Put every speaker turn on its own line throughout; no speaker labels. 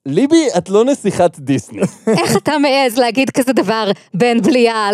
ליבי, את לא נסיכת דיסני.
איך אתה מעז להגיד כזה דבר בן בליעל?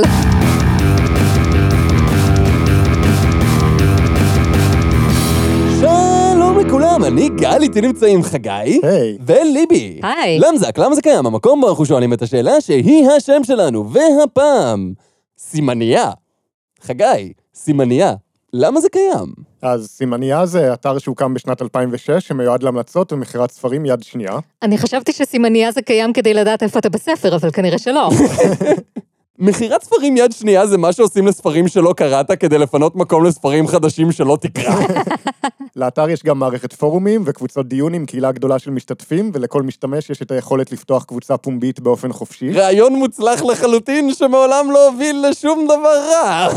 שלום לכולם, אני גל, איתי נמצאים חגי.
היי.
וליבי.
היי.
למזק, למה זה קיים? המקום בו אנחנו שואלים את השאלה שהיא השם שלנו, והפעם, סימניה. חגי, סימניה, למה זה קיים?
אז סימניה זה אתר שהוקם בשנת 2006, שמיועד להמלצות ומכירת ספרים יד שנייה.
אני חשבתי שסימניה זה קיים כדי לדעת איפה אתה בספר, אבל כנראה שלא.
מכירת ספרים יד שנייה זה מה שעושים לספרים שלא קראת כדי לפנות מקום לספרים חדשים שלא תקרא.
לאתר יש גם מערכת פורומים וקבוצות דיון עם קהילה גדולה של משתתפים, ולכל משתמש יש את היכולת לפתוח קבוצה פומבית באופן חופשי.
רעיון מוצלח לחלוטין שמעולם לא הוביל לשום דבר רע.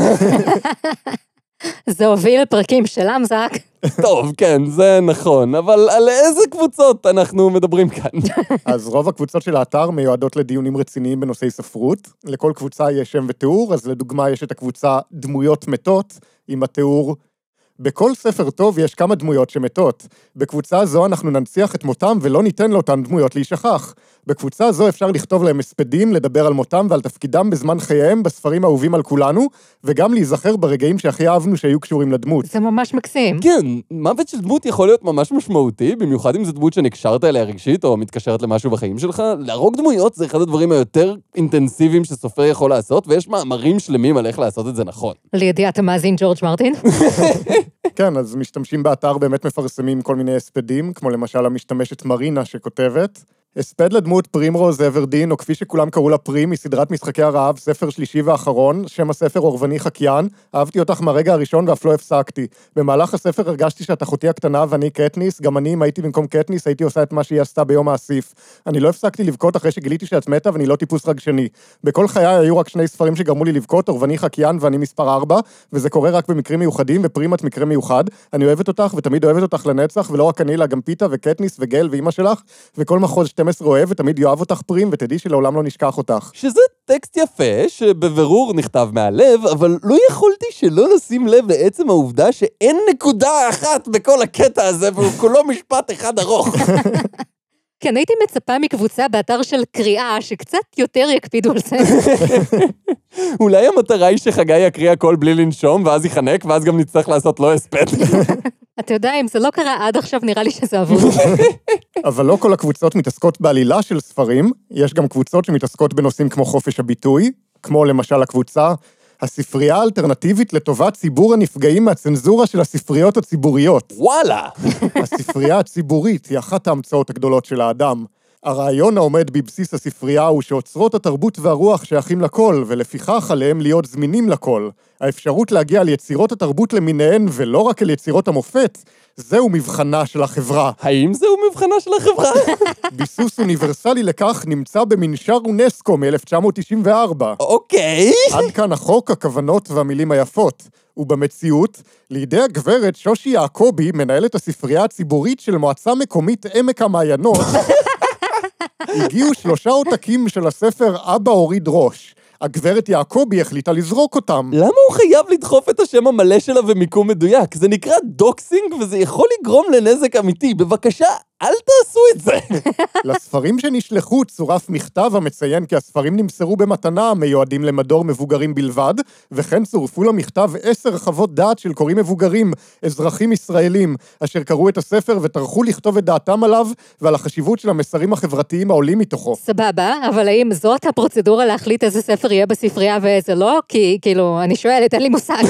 זה הוביל לפרקים של למזק.
טוב, כן, זה נכון, אבל על איזה קבוצות אנחנו מדברים כאן?
אז רוב הקבוצות של האתר מיועדות לדיונים רציניים בנושאי ספרות. לכל קבוצה יש שם ותיאור, אז לדוגמה יש את הקבוצה דמויות מתות, עם התיאור בכל ספר טוב יש כמה דמויות שמתות. בקבוצה זו אנחנו ננציח את מותם ולא ניתן לאותן דמויות להישכח. בקבוצה זו אפשר לכתוב להם הספדים, לדבר על מותם ועל תפקידם בזמן חייהם בספרים האהובים על כולנו, וגם להיזכר ברגעים שהכי אהבנו שהיו קשורים לדמות.
זה ממש מקסים.
כן, מוות של דמות יכול להיות ממש משמעותי, במיוחד אם זו דמות שנקשרת אליה רגשית או מתקשרת למשהו בחיים שלך. להרוג דמויות זה אחד הדברים היותר אינטנסיביים שסופר יכול לעשות, ויש מאמרים שלמים על איך לעשות את זה נכון.
לידיעת המאזין ג'ורג' מרטין.
כן, אז משתמשים באתר באמת מפרסמים כל מיני הספדים, כמו למשל המשתמשת מרינה שכותבת, הספד לדמות פרימרוז אברדין, או כפי שכולם קראו לה פרים, מסדרת משחקי הרעב, ספר שלישי ואחרון, שם הספר אורבני חקיין, אהבתי אותך מהרגע הראשון ואף לא הפסקתי. במהלך הספר הרגשתי שאת אחותי הקטנה ואני קטניס, גם אני אם הייתי במקום קטניס הייתי עושה את מה שהיא עשתה ביום האסיף. אני לא הפסקתי לבכות אחרי שגיליתי שאת מתה ואני לא טיפוס רגשני. בכל חיי היו רק שני ספרים שגרמו לי לבכות, אורבני חקיין ואני מספר 4, וזה קורה רק במקרים מיוחדים, ופרים את מקרה מיוחד. אני אוהבת אותך ותמיד אוהבת אותך לנצח, ולא רק אני, אלא גם פיתה וקטניס וגל ואמא שלך, וכל מחוז 12 אוהב ותמיד יאהב אותך פרים, ותדעי שלעולם לא נשכח אותך.
שזה טקסט יפה, שבבירור נכתב מהלב, אבל לא יכולתי שלא לשים לב לעצם העובדה שאין נקודה אחת בכל הקטע הזה, והוא כולו משפט אחד ארוך.
כן, הייתי מצפה מקבוצה באתר של קריאה, שקצת יותר יקפידו על זה.
אולי המטרה היא שחגי יקריא הכל בלי לנשום, ואז יחנק, ואז גם נצטרך לעשות לו הספד.
אתה יודע, אם זה לא קרה עד עכשיו, נראה לי שזה עבור.
אבל לא כל הקבוצות מתעסקות בעלילה של ספרים, יש גם קבוצות שמתעסקות בנושאים כמו חופש הביטוי, כמו למשל הקבוצה, הספרייה האלטרנטיבית לטובת ציבור הנפגעים מהצנזורה של הספריות הציבוריות.
וואלה!
הספרייה הציבורית היא אחת ההמצאות הגדולות של האדם. הרעיון העומד בבסיס הספרייה הוא שאוצרות התרבות והרוח שייכים לכל, ולפיכך עליהם להיות זמינים לכל. האפשרות להגיע על יצירות התרבות למיניהן, ולא רק על יצירות המופת, זהו מבחנה של החברה.
האם זהו מבחנה של החברה?
ביסוס אוניברסלי לכך נמצא במנשר אונסקו מ-1994.
אוקיי.
עד כאן החוק, הכוונות והמילים היפות. ובמציאות, לידי הגברת שושי יעקובי, מנהלת הספרייה הציבורית של מועצה מקומית עמק המעיינות, הגיעו 3 עותקים של הספר אבא הוריד ראש. הגברת יעקובי החליטה לזרוק אותם.
למה הוא חייב לדחוף את השם המלא שלה ומיקום מדויק? זה נקרא דוקסינג וזה יכול לגרום לנזק אמיתי. בבקשה, אל תעשו את זה.
לספרים שנשלחו צורף מכתב המציין כי הספרים נמסרו במתנה מיועדים למדור מבוגרים בלבד, וכן צורפו למכתב 10 חוות דעת של קוראים מבוגרים, אזרחים ישראלים, אשר קראו את הספר וטרחו לכתוב את דעתם עליו ועל החשיבות של המסרים החברתיים העולים מתוכו.
סבבה, אבל האם זאת הפרוצדורה להחליט איזה ספר יהיה בספרייה ואיזה לא? כי כאילו, אני שואלת, אין לי מושג.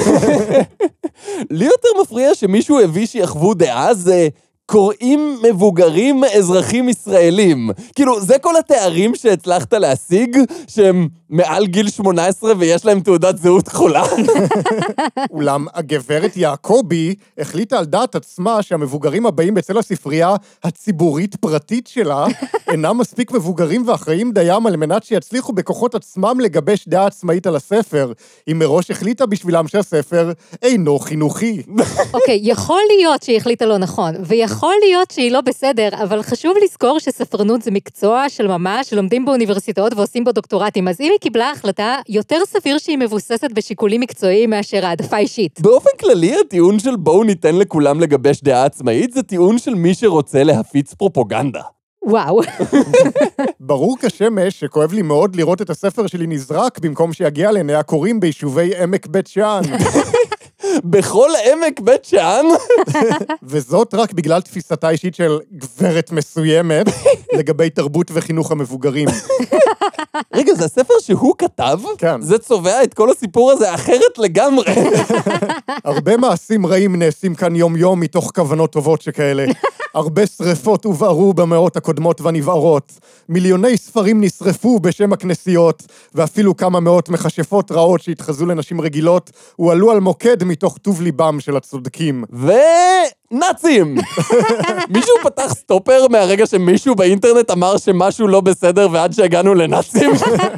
לי יותר מפריע שמישהו הביא שיחוו דעה זה קוראים מבוגרים אזרחים ישראלים. כאילו, זה כל התארים שהצלחת להשיג, שהם מעל גיל 18 ויש להם תעודת זהות כחולה.
אולם הגברת יעקובי החליטה על דעת עצמה שהמבוגרים הבאים אצל הספרייה הציבורית פרטית שלה אינם מספיק מבוגרים ואחראים דיים על מנת שיצליחו בכוחות עצמם לגבש דעה עצמאית על הספר. היא מראש החליטה בשבילם שהספר אינו חינוכי.
אוקיי, יכול להיות שהיא החליטה לא נכון, ויכול להיות שהיא לא בסדר, אבל חשוב לזכור שספרנות זה מקצוע של ממש, שלומדים באוניברסיטאות ועושים בו דוקטורטים, אז אם היא קיבלה החלטה, יותר סביר שהיא מבוססת בשיקולים מקצועיים מאשר העדפה אישית.
באופן כללי, הטיעון של בואו ניתן לכולם לגבש דעה עצמאית, זה טיעון של מי שרוצה להפיץ פרופוגנדה.
וואו.
ברור כשמש שכואב לי מאוד לראות את הספר שלי נזרק במקום שיגיע לעיני הקוראים ביישובי עמק בית שאן.
בכל עמק בית שאן?
וזאת רק בגלל תפיסתה אישית של גברת מסוימת לגבי תרבות וחינוך המבוגרים.
רגע, זה הספר שהוא כתב?
כן.
זה צובע את כל הסיפור הזה אחרת לגמרי.
הרבה מעשים רעים נעשים כאן יום-יום מתוך כוונות טובות שכאלה. הרבה שריפות הובערו במאות הקודמות והנבערות. מיליוני ספרים נשרפו בשם הכנסיות, ואפילו כמה מאות מכשפות רעות שהתחזו לנשים רגילות, הועלו על מוקד מתוך טוב ליבם של הצודקים.
נאצים! מישהו פתח סטופר מהרגע שמישהו באינטרנט אמר שמשהו לא בסדר ועד שהגענו לנאצים?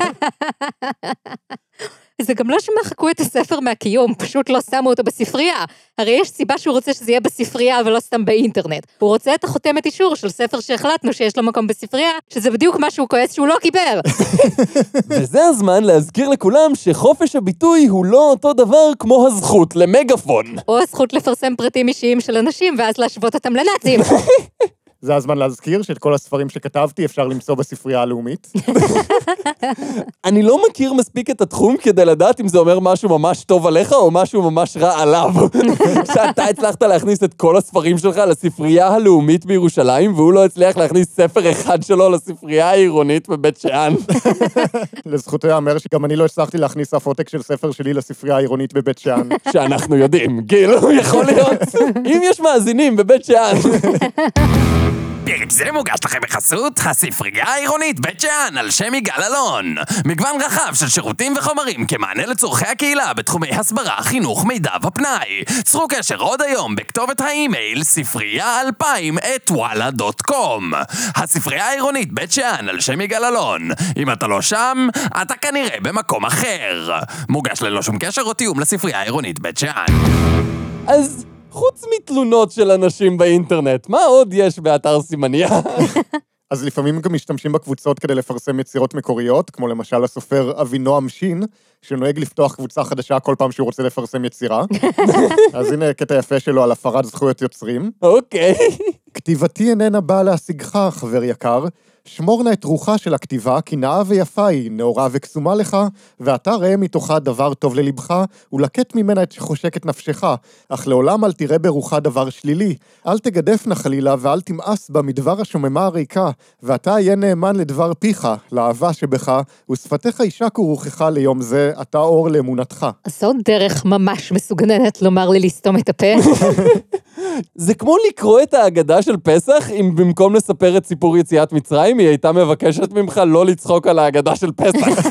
זה גם לא שמחקו את הספר מהקיום, פשוט לא שמו אותו בספרייה. הרי יש סיבה שהוא רוצה שזה יהיה בספרייה ולא סתם באינטרנט. הוא רוצה את החותמת אישור של ספר שהחלטנו שיש לו מקום בספרייה, שזה בדיוק מה שהוא כועס שהוא לא קיבל.
וזה הזמן להזכיר לכולם שחופש הביטוי הוא לא אותו דבר כמו הזכות למגפון.
או הזכות לפרסם פרטים אישיים של אנשים ואז להשוות אותם לנאצים.
זה הזמן להזכיר שאת כל הספרים שכתבתי אפשר למצוא בספרייה הלאומית.
אני לא מכיר מספיק את התחום כדי לדעת אם זה אומר משהו ממש טוב עליך או משהו ממש רע עליו. שאתה הצלחת להכניס את כל הספרים שלך לספרייה הלאומית בירושלים, והוא לא הצליח להכניס ספר אחד שלו לספרייה העירונית בבית שאן.
לזכותו יאמר שגם אני לא הצלחתי להכניס אף עותק של ספר שלי לספרייה העירונית בבית שאן.
שאנחנו יודעים, כאילו, יכול להיות. אם יש מאזינים בבית שאן.
פרק זה מוגש לכם בחסות הספרייה העירונית בית שאן על שם יגאל אלון. מגוון רחב של שירותים וחומרים כמענה לצורכי הקהילה בתחומי הסברה, חינוך, מידע ופנאי. צרו קשר עוד היום בכתובת האימייל ספרייה2000@walla.com. הספרייה העירונית בית שאן על שם יגאל אלון. אם אתה לא שם, אתה כנראה במקום אחר. מוגש ללא שום קשר או תיאום לספרייה העירונית בית שאן.
אז חוץ מתלונות של אנשים באינטרנט, מה עוד יש באתר סימניה?
אז לפעמים גם משתמשים בקבוצות כדי לפרסם יצירות מקוריות, כמו למשל הסופר אבינועם שין, שנוהג לפתוח קבוצה חדשה כל פעם שהוא רוצה לפרסם יצירה. אז הנה קטע יפה שלו על הפרת זכויות יוצרים.
אוקיי.
כתיבתי איננה באה להשיגך, חבר יקר. שמור נא את רוחה של הכתיבה, כי נאה ויפה היא, נאורה וקסומה לך, ואתה ראה מתוכה דבר טוב ללבך, ולקט ממנה את שחושק את נפשך, אך לעולם אל תראה ברוחה דבר שלילי. אל תגדפנה חלילה, ואל תמאס בה מדבר השוממה הריקה, ואתה יהיה נאמן לדבר פיך, לאהבה שבך, ושפתיך ישקו רוחך ליום זה, אתה אור לאמונתך.
זאת דרך ממש מסוגננת לומר לי לסתום את הפה.
זה כמו לקרוא את ההגדה של פסח, אם במקום לספר את סיפור יציאת מצרים, היא הייתה מבקשת ממך לא לצחוק על ההגדה של פסח.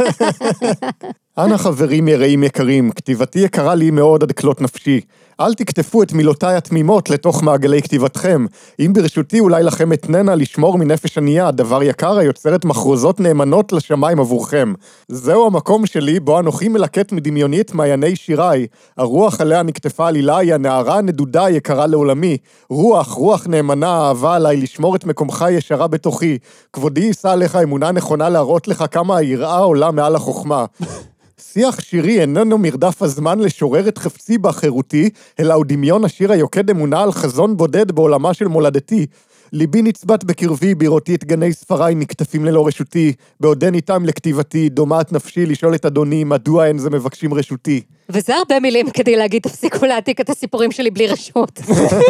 אנא חברים יראים יקרים, כתיבתי יקרה לי מאוד עד כלות נפשי. אל תכתפו את מילותיי התמימות לתוך מעגלי כתיבתכם. אם ברשותי אולי לכם אתננה לשמור מנפש ענייה, דבר יקר היוצרת מחרוזות נאמנות לשמיים עבורכם. זהו המקום שלי בו אנוכי מלקט מדמיונית מעייני שיריי. הרוח עליה נקטפה עלילה היא הנערה הנדודה יקרה לעולמי. רוח נאמנה אהבה עליי לשמור את מקומך ישרה בתוכי. כבודי יישא עליך אמונה נכונה להראות לך כמה היראה עולה מעל החוכמה. שיח שירי איננו מרדף הזמן לשורר את חפצי בחירותי, אלא הוא דמיון השיר היוקד אמונה על חזון בודד בעולמה של מולדתי. ליבי נצבט בקרבי, בירותי את גני ספריי נקטפים ללא רשותי, בעודן איתם לכתיבתי, דומעת נפשי לשאול את אדוני, מדוע אין זה מבקשים רשותי.
וזה הרבה מילים כדי להגיד, תפסיקו להעתיק את הסיפורים שלי בלי רשות.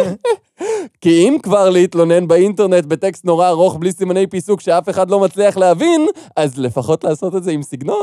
כי אם כבר להתלונן באינטרנט בטקסט נורא ארוך בלי סימני פיסוק שאף אחד לא מצליח להבין, אז לפחות לעשות את זה עם סגנון.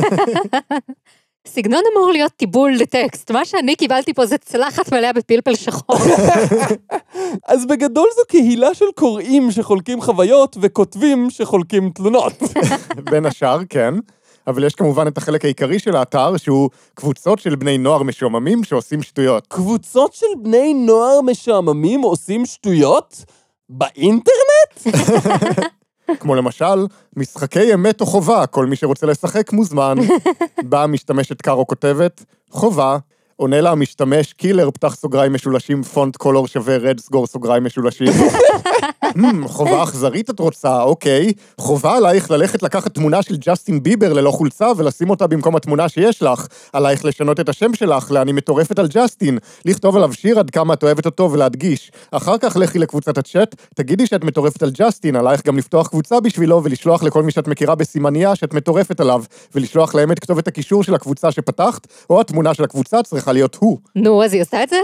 סגנון אמור להיות טיבול לטקסט. מה שאני קיבלתי פה זה צלחת מלאה בפלפל שחור.
אז בגדול זו קהילה של קוראים שחולקים חוויות וכותבים שחולקים תלונות.
בין השאר, כן. אבל יש כמובן את החלק העיקרי של האתר, שהוא קבוצות של בני נוער משועממים שעושים שטויות.
קבוצות של בני נוער משועממים עושים שטויות? באינטרנט?
כמו למשל, משחקי אמת או חובה, כל מי שרוצה לשחק מוזמן. באה משתמשת קארו כותבת, חובה, עונה לה המשתמש, קילר, פתח סוגריים משולשים, פונט קולור שווה רד, סגור סוגריים משולשים. חובה אכזרית את רוצה, אוקיי. חובה עלייך ללכת לקחת תמונה של ג'סטין ביבר ללא חולצה ולשים אותה במקום התמונה שיש לך. עלייך לשנות את השם שלך, לאני מטורפת על ג'סטין. לכתוב עליו שיר עד כמה את אוהבת אותו ולהדגיש. אחר כך לכי לקבוצת הצ'אט, תגידי שאת מטורפת על ג'סטין, עלייך גם לפתוח קבוצה בשבילו ולשלוח לכל מי שאת מכירה בסימניה שאת מטורפת עליו, ולשלוח להם את כתובת הקישור של הקבוצה שפתחת, או התמונה של הקבוצה צריכה להיות הוא.
נו, אז היא עושה את זה?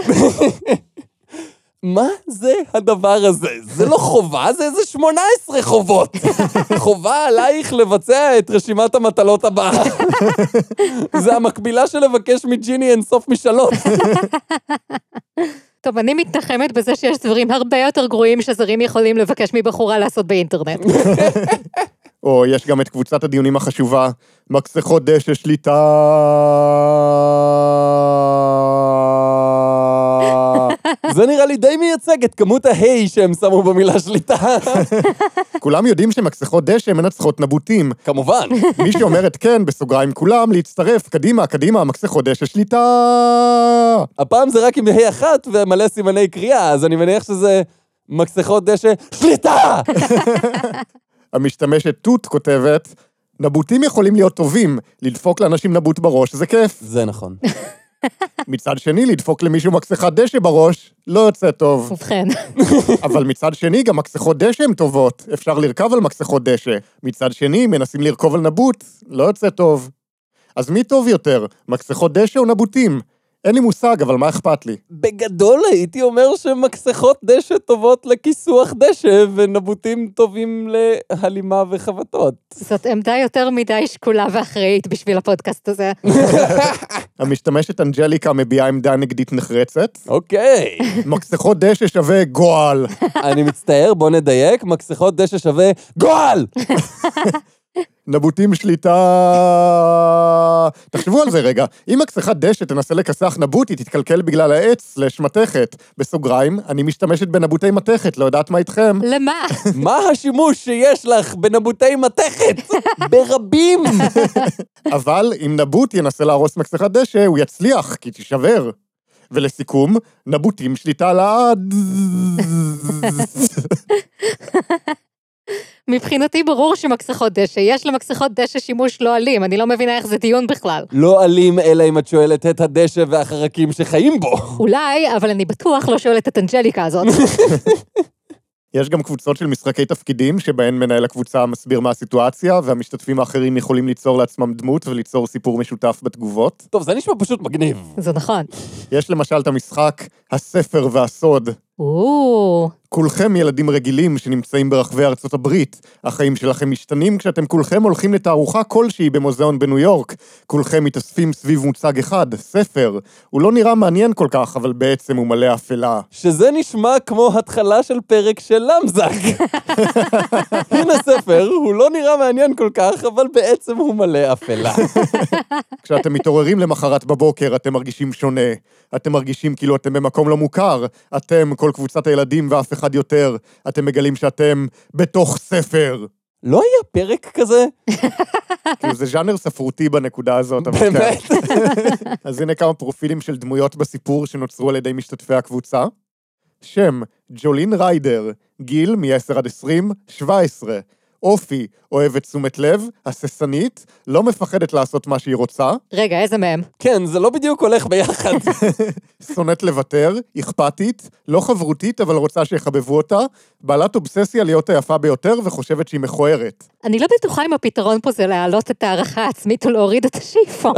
מה זה הדבר הזה? זה לא חובה, זה איזה 18 חובות. חובה עלייך לבצע את רשימת המטלות הבאה. זה המקבילה של לבקש מג'יני אינסוף משאלות.
טוב, אני מתנחמת בזה שיש דברים הרבה יותר גרועים שזרים יכולים לבקש מבחורה לעשות באינטרנט.
או יש גם את קבוצת הדיונים החשובה, מקסחות דשא שליטה.
זה נראה לי די מייצג את כמות ההי שהם שמו במילה שליטה.
כולם יודעים שמקסחות דשא מנצחות נבוטים.
כמובן.
מי שאומרת כן, בסוגריים כולם, להצטרף, קדימה, קדימה, מקסחות דשא שליטה.
הפעם זה רק עם ה' אחת ומלא סימני קריאה, אז אני מניח שזה מקסחות דשא שליטה!
המשתמשת תות כותבת, נבוטים יכולים להיות טובים, לדפוק לאנשים נבוט בראש, זה כיף.
זה נכון.
מצד שני, לדפוק למישהו מקסחת דשא בראש, לא יוצא טוב.
ובכן.
אבל מצד שני, גם מקסחות דשא הן טובות, אפשר לרכב על מקסחות דשא. מצד שני, מנסים לרכוב על נבוט, לא יוצא טוב. אז מי טוב יותר, מקסחות דשא או נבוטים? אין לי מושג, אבל מה אכפת לי?
בגדול הייתי אומר שמקסחות דשא טובות לכיסוח דשא, ונבוטים טובים להלימה וחבטות.
זאת עמדה יותר מדי שקולה ואחראית בשביל הפודקאסט הזה.
המשתמשת אנג'ליקה מביעה עמדה נגדית נחרצת.
אוקיי.
מקסחות דשא שווה גועל.
אני מצטער, בוא נדייק, מקסחות דשא שווה גועל!
נבוטים שליטה. תחשבו על זה רגע, אם מקסחת דשא תנסה לכסח נבוט, היא תתקלקל בגלל העץ, מתכת. בסוגריים, אני משתמשת בנבוטי מתכת, לא יודעת מה איתכם.
למה?
מה השימוש שיש לך בנבוטי מתכת? ברבים!
אבל אם נבוט ינסה להרוס מקסחת דשא, הוא יצליח, כי תישבר. ולסיכום, נבוטים שליטה לעד.
מבחינתי ברור שמקסחות דשא, יש למקסחות דשא שימוש לא אלים, אני לא מבינה איך זה דיון בכלל.
לא אלים אלא אם את שואלת את הדשא והחרקים שחיים בו.
אולי, אבל אני בטוח לא שואלת את אנג'ליקה הזאת.
יש גם קבוצות של משחקי תפקידים, שבהן מנהל הקבוצה מסביר מה הסיטואציה, והמשתתפים האחרים יכולים ליצור לעצמם דמות וליצור סיפור משותף בתגובות.
טוב, זה נשמע פשוט מגניב.
זה נכון.
יש למשל את המשחק הספר והסוד. כולכם ילדים רגילים שנמצאים ברחבי ארצות הברית. החיים שלכם משתנים כשאתם כולכם הולכים לתערוכה כלשהי במוזיאון בניו יורק. כולכם מתאספים סביב מוצג אחד, ספר. הוא לא נראה מעניין כל כך, אבל בעצם הוא מלא אפלה.
שזה נשמע כמו התחלה של פרק של למזק. הנה ספר, הוא לא נראה מעניין כל כך, אבל בעצם הוא מלא אפלה.
כשאתם מתעוררים למחרת בבוקר, אתם מרגישים שונה. אתם מרגישים כאילו אתם במקום לא מוכר. אתם, כל קבוצת הילדים ואף אחד יותר. אתם מגלים שאתם בתוך ספר.
לא היה פרק כזה?
כאילו זה ז'אנר ספרותי בנקודה הזאת.
באמת?
אז הנה כמה פרופילים של דמויות בסיפור שנוצרו על ידי משתתפי הקבוצה. שם, ג'ולין ריידר. גיל, מ-10 עד 20, 17. אופי, אוהבת תשומת לב, הססנית, לא מפחדת לעשות מה שהיא רוצה.
רגע, איזה מהם?
כן, זה לא בדיוק הולך ביחד.
שונאת לוותר, אכפתית, לא חברותית, אבל רוצה שיחבבו אותה, בעלת אובססיה להיות היפה ביותר וחושבת שהיא מכוערת.
אני לא בטוחה אם הפתרון פה זה להעלות את הערכה העצמית או להוריד את השאיפה.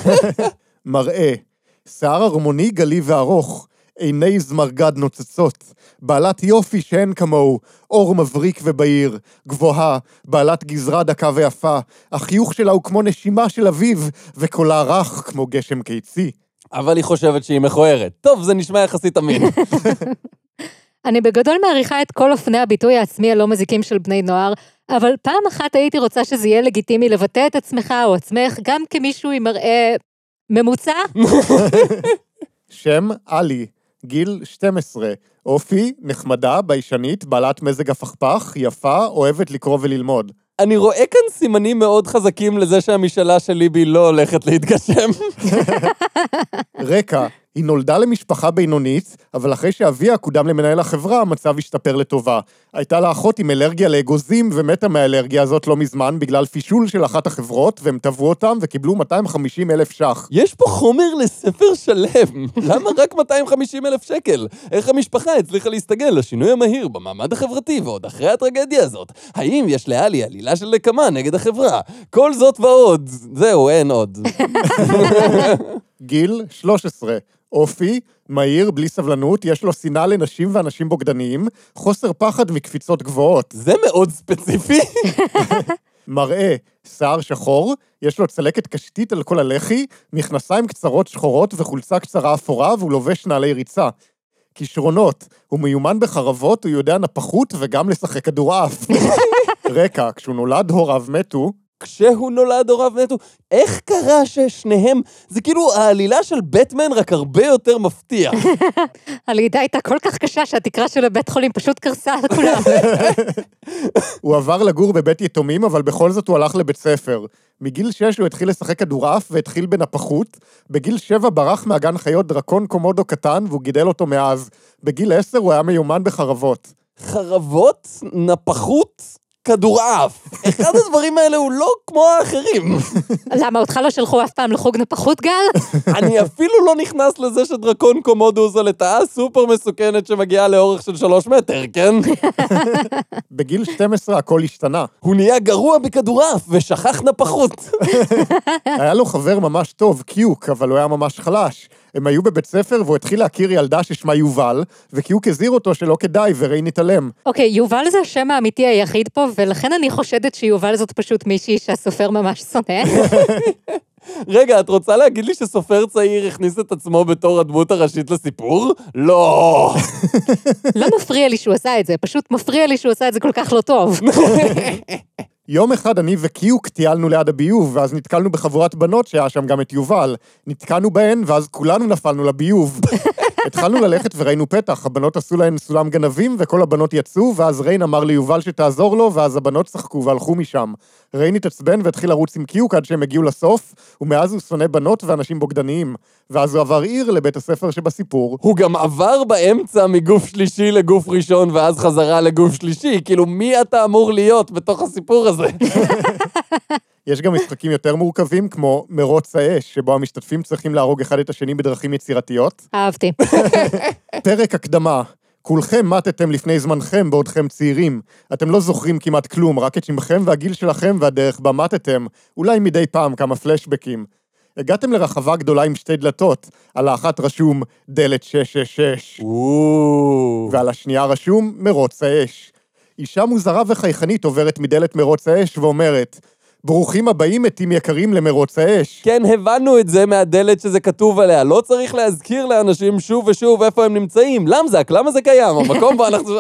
מראה, שיער הרמוני גלי וארוך, עיני זמרגד נוצצות, בעלת יופי שאין כמוהו, אור מבריק ובהיר, גבוהה, בעלת גזרה דקה ויפה, החיוך שלה הוא כמו נשימה של אביב, וקולה רך כמו גשם קיצי.
אבל היא חושבת שהיא מכוערת. טוב, זה נשמע יחסית אמין.
אני בגדול מעריכה את כל אופני הביטוי העצמי הלא מזיקים של בני נוער, אבל פעם אחת הייתי רוצה שזה יהיה לגיטימי לבטא את עצמך או עצמך, גם כמישהו עם מראה ממוצע.
שם, אלי. גיל 12, אופי, נחמדה, ביישנית, בעלת מזג הפכפך, יפה, אוהבת לקרוא וללמוד.
אני רואה כאן סימנים מאוד חזקים לזה שהמשאלה של ליבי לא הולכת להתגשם.
רקע, היא נולדה למשפחה בינונית, אבל אחרי שאביה קודם למנהל החברה, המצב השתפר לטובה. הייתה לה אחות עם אלרגיה לאגוזים, ומתה מהאלרגיה הזאת לא מזמן, בגלל פישול של אחת החברות, והם תבעו אותם וקיבלו 250,000 ש"ח.
יש פה חומר לספר שלם. למה רק 250,000 שקל? איך המשפחה הצליחה להסתגל לשינוי המהיר במעמד החברתי ועוד אחרי הטרגדיה הזאת? האם יש לאלי עלילה של נקמה נגד החברה? כל זאת ועוד. זהו, אין עוד.
גיל, 13. אופי, מהיר, בלי סבלנות, יש לו שנאה לנשים ואנשים בוגדניים, חוסר פחד מקפיצות גבוהות.
זה מאוד ספציפי.
מראה, שיער שחור, יש לו צלקת קשתית על כל הלחי, מכנסיים קצרות שחורות וחולצה קצרה אפורה, והוא לובש נעלי ריצה. כישרונות, הוא מיומן בחרבות, הוא יודע נפחות וגם לשחק כדורעף. רקע, כשהוא נולד הוריו מתו,
כשהוא נולד הוריו מתו, איך קרה ששניהם, זה כאילו העלילה של בטמן רק הרבה יותר מפתיע.
הלידה הייתה כל כך קשה שהתקרה של הבית חולים פשוט קרסה על כולם.
הוא עבר לגור בבית יתומים, אבל בכל זאת הוא הלך לבית ספר. מגיל 6 הוא התחיל לשחק כדורעף והתחיל בנפחות. בגיל 7 ברח מהגן חיות דרקון קומודו קטן, והוא גידל אותו מאז. בגיל 10 הוא היה מיומן בחרבות.
חרבות, נפחות, כדורעף. אחד הדברים האלה הוא לא כמו האחרים.
למה, אותך לא שלחו אף פעם לחוג נפחות, גל?
אני אפילו לא נכנס לזה שדרקון קומודו זו לטאה סופר מסוכנת שמגיעה לאורך של 3 מטר, כן?
בגיל 12 הכל השתנה.
הוא נהיה גרוע בכדורעף ושכח נפחות.
היה לו חבר ממש טוב, קיוק, אבל הוא היה ממש חלש. הם היו בבית ספר והוא התחיל להכיר ילדה ששמה יובל, וקיוק הזהיר אותו שלא כדאי וריין התעלם.
אוקיי, יובל זה השם האמיתי היחיד פה, ולכן אני חושדת שיובל זאת פשוט מישהי שהסופר ממש שונא.
רגע, את רוצה להגיד לי שסופר צעיר הכניס את עצמו בתור הדמות הראשית לסיפור? לא.
לא מפריע לי שהוא עשה את זה, פשוט מפריע לי שהוא עשה את זה כל כך לא טוב.
יום אחד אני וקיוק טיילנו ליד הביוב, ואז נתקלנו בחבורת בנות שהיה שם גם את יובל. נתקענו בהן, ואז כולנו נפלנו לביוב. התחלנו ללכת וראינו פתח, הבנות עשו להן סולם גנבים, וכל הבנות יצאו, ואז ריין אמר ליובל שתעזור לו, ואז הבנות צחקו והלכו משם. ריין התעצבן והתחיל לרוץ עם קיוק עד שהם הגיעו לסוף, ומאז הוא שונא בנות ואנשים בוגדניים. ואז הוא עבר עיר לבית הספר שבסיפור.
הוא גם עבר באמצע מגוף שלישי לגוף ראשון, ואז חזרה לגוף שלישי. כאילו, מי אתה אמור להיות בתוך הסיפור הזה?
יש גם משחקים יותר מורכבים, כמו מרוץ האש, שבו המשתתפים צריכים להרוג אחד את השני בדרכים יצירתיות.
אהבתי.
פרק הקדמה. כולכם מתתם לפני זמנכם בעודכם צעירים. אתם לא זוכרים כמעט כלום, רק את שמכם והגיל שלכם והדרך בה מתתם. אולי מדי פעם כמה פלשבקים. הגעתם לרחבה גדולה עם 2 דלתות. על האחת רשום דלת 666. ועל השנייה רשום מרוץ האש. אישה מוזרה וחייכנית עוברת מדלת מרוץ האש ואומרת, ברוכים הבאים מתים יקרים למרוץ האש.
כן, הבנו את זה מהדלת שזה כתוב עליה. לא צריך להזכיר לאנשים שוב ושוב איפה הם נמצאים. למזק, למה זה קיים? המקום בו אנחנו...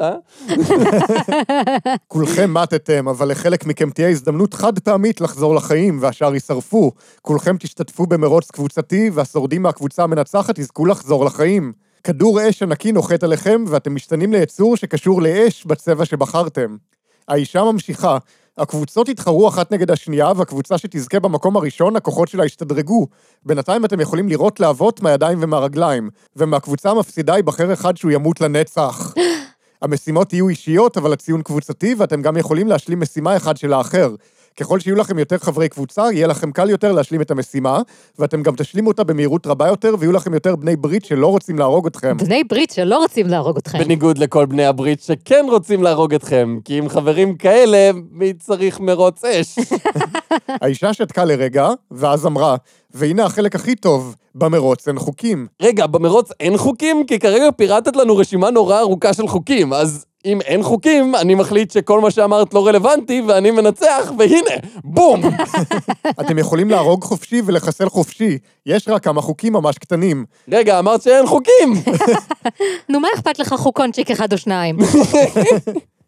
כולכם מתתם, אבל לחלק מכם תהיה הזדמנות חד פעמית לחזור לחיים, והשאר יישרפו. כולכם תשתתפו במרוץ קבוצתי, והשורדים מהקבוצה המנצחת יזכו לחזור לחיים. כדור אש ענקי נוחת עליכם, ואתם משתנים ליצור שקשור לאש בצבע שבחרתם. האישה ממשיכה. הקבוצות יתחרו אחת נגד השנייה, והקבוצה שתזכה במקום הראשון, הכוחות שלה ישתדרגו. בינתיים אתם יכולים לראות להבות מהידיים ומהרגליים, ומהקבוצה המפסידה ייבחר אחד שהוא ימות לנצח. המשימות יהיו אישיות, אבל הציון קבוצתי, ואתם גם יכולים להשלים משימה אחד של האחר. ככל שיהיו לכם יותר חברי קבוצה, יהיה לכם קל יותר להשלים את המשימה, ואתם גם תשלימו אותה במהירות רבה יותר, ויהיו לכם יותר בני ברית שלא רוצים להרוג אתכם.
בני ברית שלא רוצים להרוג אתכם.
בניגוד לכל בני הברית שכן רוצים להרוג אתכם, כי עם חברים כאלה, מי צריך מרוץ אש?
האישה שתקה לרגע, ואז אמרה, והנה החלק הכי טוב, במרוץ אין חוקים.
רגע, במרוץ אין חוקים? כי כרגע פירטת לנו רשימה נורא ארוכה של חוקים, אז אם אין חוקים, אני מחליט שכל מה שאמרת לא רלוונטי, ואני מנצח, והנה, בום!
אתם יכולים להרוג חופשי ולחסל חופשי. יש רק כמה חוקים ממש קטנים.
רגע, אמרת שאין חוקים!
נו, מה אכפת לך חוקונצ'יק 1 או 2?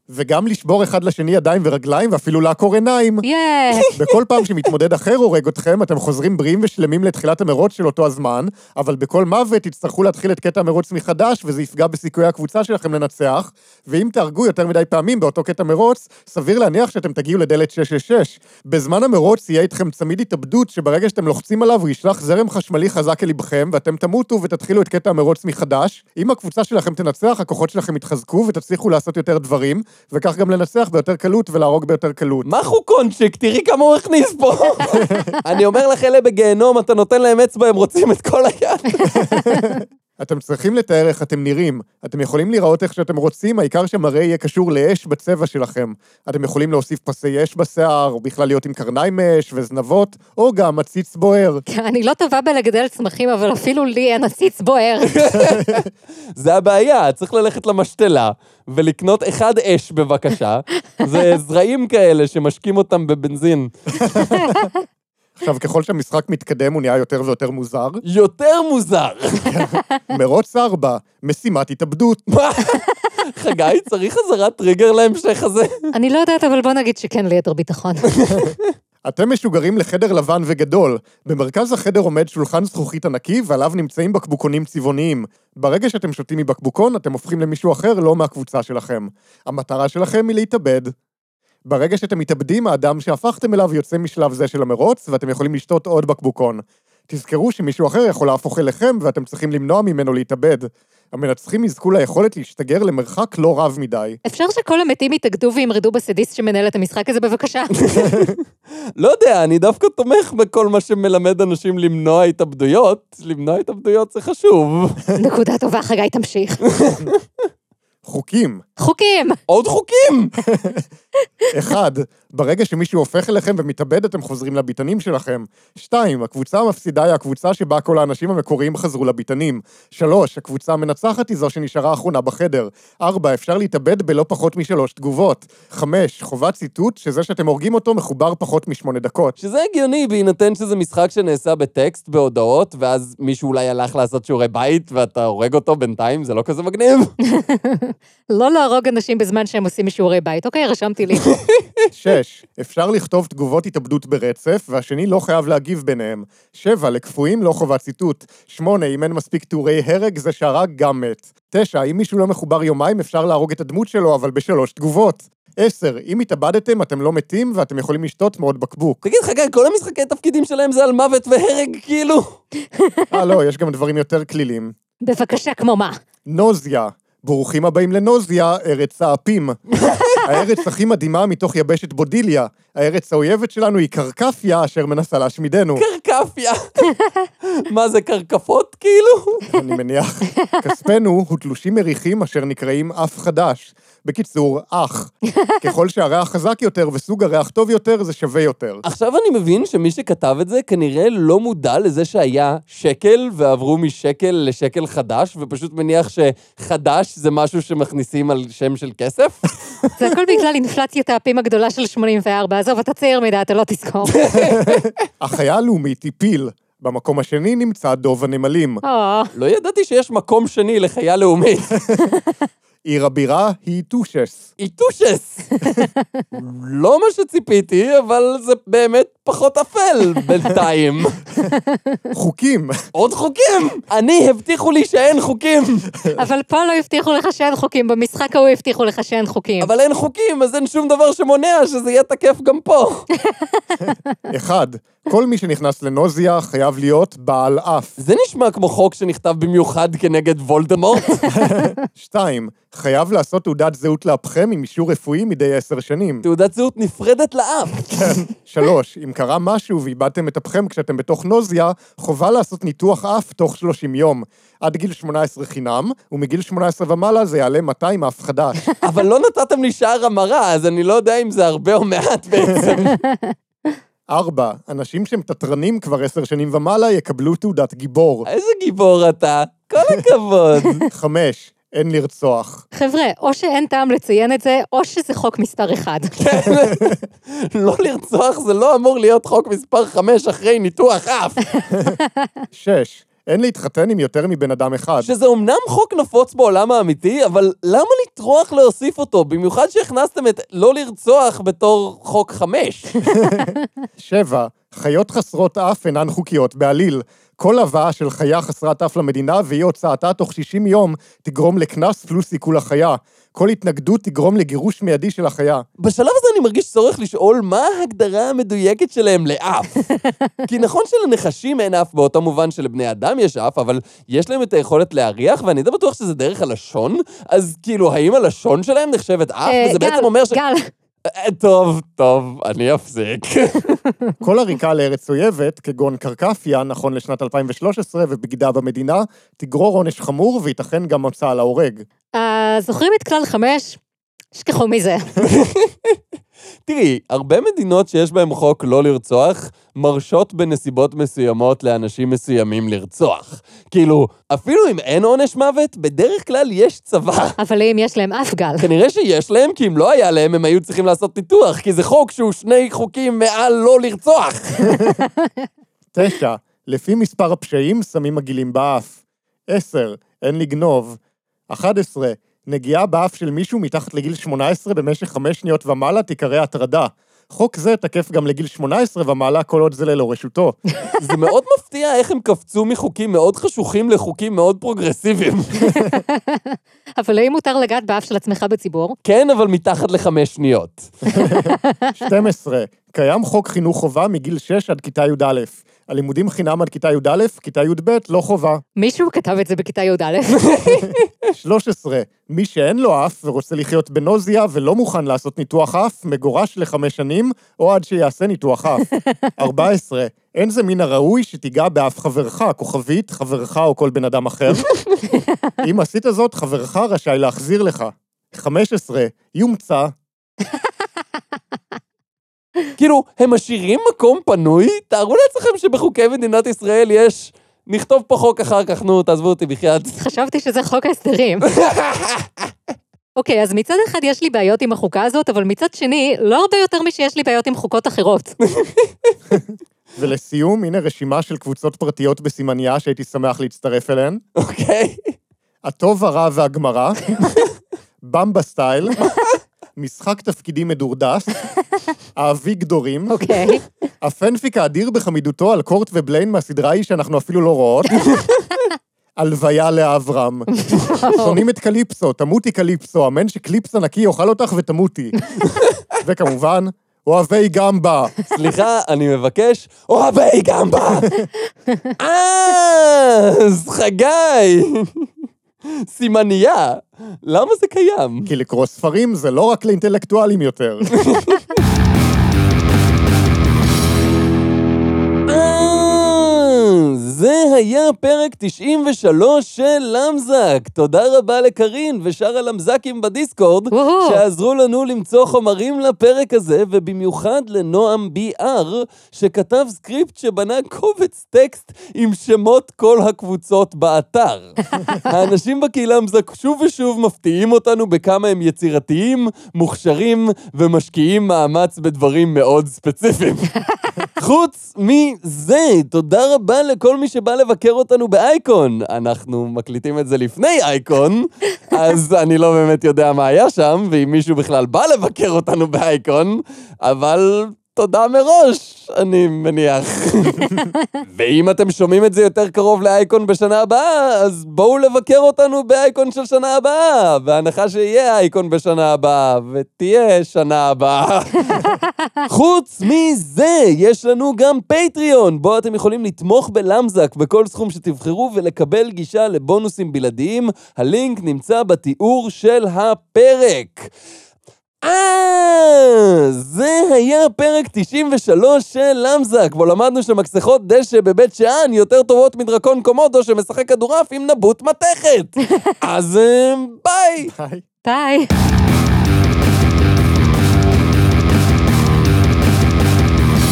וגם לשבור אחד לשני ידיים ורגליים, ואפילו לעקור עיניים. בכל פעם שמתמודד אחר הורג אתכם, אתם חוזרים בריאים ושלמים לתחילת המרוץ של אותו הזמן, אבל בכל מוות תצטרכו להתחיל את קטע המרוץ מחדש, וזה יפגע בסיכויי הקבוצה שלכם לנצח, ואם תהרגו יותר מדי פעמים באותו קטע מרוץ, סביר להניח שאתם תגיעו לדלת 666. בזמן המרוץ יהיה איתכם צמיד התאבדות, שברגע שאתם לוחצים עליו הוא ישלח זרם חשמלי חזק אל לבכם, ואתם תמותו ותתחילו את קטע המרוץ מחדש. אם הקבוצה שלכם תנצח, הכוחות שלכם יתחזקו ותצליחו לעשות יותר דברים, וכך גם לנצח ביותר קלות ולהרוג ביותר קלות.
מה חוקונצ'יק? תראי כמה הוא הכניס פה. אני אומר לך, אלה בגיהנום, אתה נותן להם אצבע, הם רוצים את כל היד.
אתם צריכים לתאר איך אתם נראים. אתם יכולים לראות איך שאתם רוצים, העיקר שמראה יהיה קשור לאש בצבע שלכם. אתם יכולים להוסיף פסי אש בשיער, או בכלל להיות עם קרניים אש וזנבות, או גם עציץ בוער.
אני לא טובה בלגדל צמחים, אבל אפילו לי אין עציץ בוער.
זה הבעיה, צריך ללכת למשתלה, ולקנות אחד אש בבקשה. זה זרעים כאלה שמשקים אותם בבנזין.
עכשיו, ככל שהמשחק מתקדם, הוא נהיה יותר ויותר מוזר.
יותר מוזר.
מרוץ 4, משימת התאבדות.
חגי, צריך חזרת טריגר להמשך הזה?
אני לא יודעת, אבל בוא נגיד שכן ליתר ביטחון.
אתם משוגרים לחדר לבן וגדול. במרכז החדר עומד שולחן זכוכית ענקי, ועליו נמצאים בקבוקונים צבעוניים. ברגע שאתם שותים מבקבוקון, אתם הופכים למישהו אחר לא מהקבוצה שלכם. המטרה שלכם היא להתאבד. ברגע שאתם מתאבדים, האדם שהפכתם אליו יוצא משלב זה של המרוץ, ואתם יכולים לשתות עוד בקבוקון. תזכרו שמישהו אחר יכול להפוך אליכם, ואתם צריכים למנוע ממנו להתאבד. המנצחים יזכו ליכולת להשתגר למרחק לא רב מדי.
אפשר שכל המתים יתאגדו וימרדו בסדיסט שמנהל את המשחק הזה בבקשה?
לא יודע, אני דווקא תומך בכל מה שמלמד אנשים למנוע התאבדויות. למנוע התאבדויות זה חשוב.
נקודה טובה, חגי, תמשיך.
חוקים.
חוקים!
עוד חוקים!
1. ברגע שמישהו הופך אליכם ומתאבד, אתם חוזרים לביטנים שלכם. 2. הקבוצה המפסידה היא הקבוצה שבה כל האנשים המקוריים חזרו לביטנים. 3. הקבוצה המנצחת היא זו שנשארה האחרונה בחדר. 4. אפשר להתאבד בלא פחות מ3 תגובות. 5. חובת ציטוט, שזה שאתם הורגים אותו מחובר פחות מ8 דקות.
שזה הגיוני, בהינתן שזה משחק שנעשה בטקסט, בהודעות, ואז מישהו אולי הלך לעשות שיעורי בית, ואתה הורג אותו בינתיים, זה לא כזה מגניב.
לא להרוג אנשים בזמן שהם עושים שיעורי בית. אוקיי, רשמתי לי.
6. אפשר לכתוב תגובות התאבדות ברצף, והשני לא חייב להגיב ביניהם. 7. לקפואים לא חובת ציטוט. 8. אם אין מספיק תיאורי הרג, זה שהרג גם מת. 9. אם מישהו לא מחובר יומיים, אפשר להרוג את הדמות שלו, אבל ב3 תגובות. 10. אם התאבדתם, אתם לא מתים, ואתם יכולים לשתות מאוד בקבוק.
תגיד, חגי, כל המשחקי תפקידים שלהם זה על מוות והרג, כאילו?
לא, יש גם דברים יותר כלילים.
בבקשה, כמו מה?
נוזיה. ברוכים הבאים לנוזיה, ארץ האפים. הארץ הכי מדהימה מתוך יבשת בודיליה. הארץ האויבת שלנו היא קרקפיה, אשר מנסה להשמידנו.
קרקפיה. מה זה, קרקפות, כאילו?
אני מניח. כספנו הוא תלושים מריחים אשר נקראים אף חדש. בקיצור, אח. ככל שהריח חזק יותר וסוג הריח טוב יותר, זה שווה יותר.
עכשיו אני מבין שמי שכתב את זה כנראה לא מודע לזה שהיה שקל, ועברו משקל לשקל חדש, ופשוט מניח שחדש זה משהו שמכניסים על שם של כסף.
זה הכל בגלל אינפלציית האפים הגדולה של 84, עזוב, אתה צעיר מדי, אתה לא תזכור.
החיה הלאומית היא פיל. במקום השני נמצא דוב הנמלים.
לא ידעתי שיש מקום שני לחיה לאומית.
עיר הבירה היא טושס.
איטושס. לא מה שציפיתי, אבל זה באמת פחות אפל בינתיים.
חוקים.
עוד חוקים? הבטיחו לי שאין חוקים.
אבל פה לא הבטיחו לך שאין חוקים, במשחק ההוא הבטיחו לך שאין חוקים.
אבל אין חוקים, אז אין שום דבר שמונע שזה יהיה תקף גם פה.
1. כל מי שנכנס לנוזיה חייב להיות בעל אף.
זה נשמע כמו חוק שנכתב במיוחד כנגד וולדמורט.
2. חייב לעשות תעודת זהות לאפכם עם אישור רפואי מדי 10 שנים.
תעודת זהות נפרדת לאף.
3. אם קרה משהו ואיבדתם את אפכם כשאתם בתוך נוזיה, חובה לעשות ניתוח אף תוך 30 יום. עד גיל 18 חינם, ומגיל 18 ומעלה זה יעלה 200 אף חדש.
אבל לא נתתם לי שער המרה, אז אני לא יודע אם זה הרבה או מעט בעצם.
4. אנשים שהם תטרנים כבר 10 שנים ומעלה יקבלו תעודת גיבור.
איזה גיבור אתה, כל הכבוד.
5. אין לרצוח.
חבר'ה, או שאין טעם לציין את זה, או שזה חוק מספר 1.
לא לרצוח זה לא אמור להיות חוק מספר 5 אחרי ניתוח אף.
6. אין להתחתן עם יותר מבן אדם אחד.
שזה אומנם חוק נפוץ בעולם האמיתי, אבל למה לטרוח להוסיף אותו? במיוחד שהכנסתם את לא לרצוח בתור חוק 5.
7. חיות חסרות אף אינן חוקיות בעליל. כל הבאה של חיה חסרת אף למדינה והיא הוצאתה תוך 60 יום תגרום לקנס פלוס עיקול החיה. כל התנגדות תגרום לגירוש מיידי של החיה.
בשלב הזה אני מרגיש צורך לשאול מה ההגדרה המדויקת שלהם לאף. כי נכון שלנחשים אין אף באותו מובן שלבני אדם יש אף, אבל יש להם את היכולת להריח, ואני די בטוח שזה דרך הלשון, אז כאילו, האם הלשון שלהם נחשבת אף? וזה בעצם אומר
גל.
טוב, אני אפסיק.
כל הריקה לארץ אויבת, כגון קרקפיה, נכון לשנת 2013, ובגידה במדינה, תגרור עונש חמור וייתכן גם הוצאה להורג.
זוכרים את כלל 5? שכחו מזה.
תראי, הרבה מדינות שיש בהן חוק לא לרצוח, מרשות בנסיבות מסוימות לאנשים מסוימים לרצוח. כאילו, אפילו אם אין עונש מוות, בדרך כלל יש צבא.
אבל אם יש להם אף גל.
כנראה שיש להם, כי אם לא היה להם, הם היו צריכים לעשות ניתוח, כי זה חוק שהוא 2 חוקים מעל לא לרצוח.
9. לפי מספר הפשעים, שמים מגעילים באף. 10. אין לגנוב. 11. נגיעה באף של מישהו מתחת לגיל 18 במשך 5 שניות ומעלה תיקרא הטרדה. חוק זה תקף גם לגיל 18 ומעלה כל עוד זה ללא רשותו.
זה מאוד מפתיע איך הם קפצו מחוקים מאוד חשוכים לחוקים מאוד פרוגרסיביים.
אבל האם מותר לגעת באף של עצמך בציבור?
כן, אבל מתחת ל5 שניות.
12. קיים חוק חינוך חובה מגיל 6 עד כיתה י"א. הלימודים חינם עד כיתה י"א, כיתה י"ב לא חובה.
מישהו כתב את זה בכיתה י"א.
13. מי שאין לו אף ורוצה לחיות בנוזיה ולא מוכן לעשות ניתוח אף, מגורש ל5 שנים או עד שיעשה ניתוח אף. 14. אין זה מן הראוי שתיגע באף חברך, כוכבית, חברך או כל בן אדם אחר. אם עשית זאת, חברך רשאי להחזיר לך. 15. יומצא.
כאילו, הם משאירים מקום פנוי? תארו לעצמכם שבחוקי מדינת ישראל יש... נכתוב פה חוק אחר כך, נו, תעזבו אותי בחייאת.
חשבתי שזה חוק ההסדרים. אוקיי, אז מצד אחד יש לי בעיות עם החוקה הזאת, אבל מצד שני, לא הרבה יותר משיש לי בעיות עם חוקות אחרות.
ולסיום, הנה רשימה של קבוצות פרטיות בסימניה שהייתי שמח להצטרף אליהן.
אוקיי.
הטוב, הרע והגמרא. במבה סטייל. משחק תפקידים מדורדס. האביגדורים.
אוקיי.
הפנפיק האדיר בחמידותו על קורט ובליין מהסדרה היא שאנחנו אפילו לא רואות. הלוויה לאברהם. שונאים את קליפסו, תמותי קליפסו, אמן שקליפס ענקי יאכל אותך ותמותי. וכמובן, אוהבי גמבה.
סליחה, אני מבקש, אוהבי גמבה. אז חגי. סימניה. למה זה קיים?
כי לקרוא ספרים זה לא רק לאינטלקטואלים יותר.
זה היה פרק 93 של למזק. תודה רבה לקרין ושאר הלמזקים בדיסקורד, שעזרו לנו למצוא חומרים לפרק הזה, ובמיוחד לנועם BR, שכתב סקריפט שבנה קובץ טקסט עם שמות כל הקבוצות באתר. האנשים בקהילה למזק שוב ושוב מפתיעים אותנו בכמה הם יצירתיים, מוכשרים ומשקיעים מאמץ בדברים מאוד ספציפיים. חוץ מזה, תודה רבה לכל מי שבא לבקר אותנו באייקון. אנחנו מקליטים את זה לפני אייקון, אז אני לא באמת יודע מה היה שם, ואם מישהו בכלל בא לבקר אותנו באייקון, אבל תודה מראש, אני מניח. ואם אתם שומעים את זה יותר קרוב לאייקון בשנה הבאה, אז בואו לבקר אותנו באייקון של שנה הבאה, בהנחה שיהיה אייקון בשנה הבאה, ותהיה שנה הבאה. חוץ מזה, יש לנו גם פטריון, בו אתם יכולים לתמוך בלמזק בכל סכום שתבחרו ולקבל גישה לבונוסים בלעדיים. הלינק נמצא בתיאור של הפרק. זה היה פרק 93 של למזק, בו למדנו שמקסחות דשא בבית שאן יותר טובות מדרקון קומודו שמשחק כדורעף עם נבוט מתכת. אז ביי.
ביי.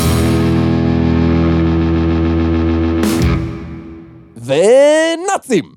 ונאצים.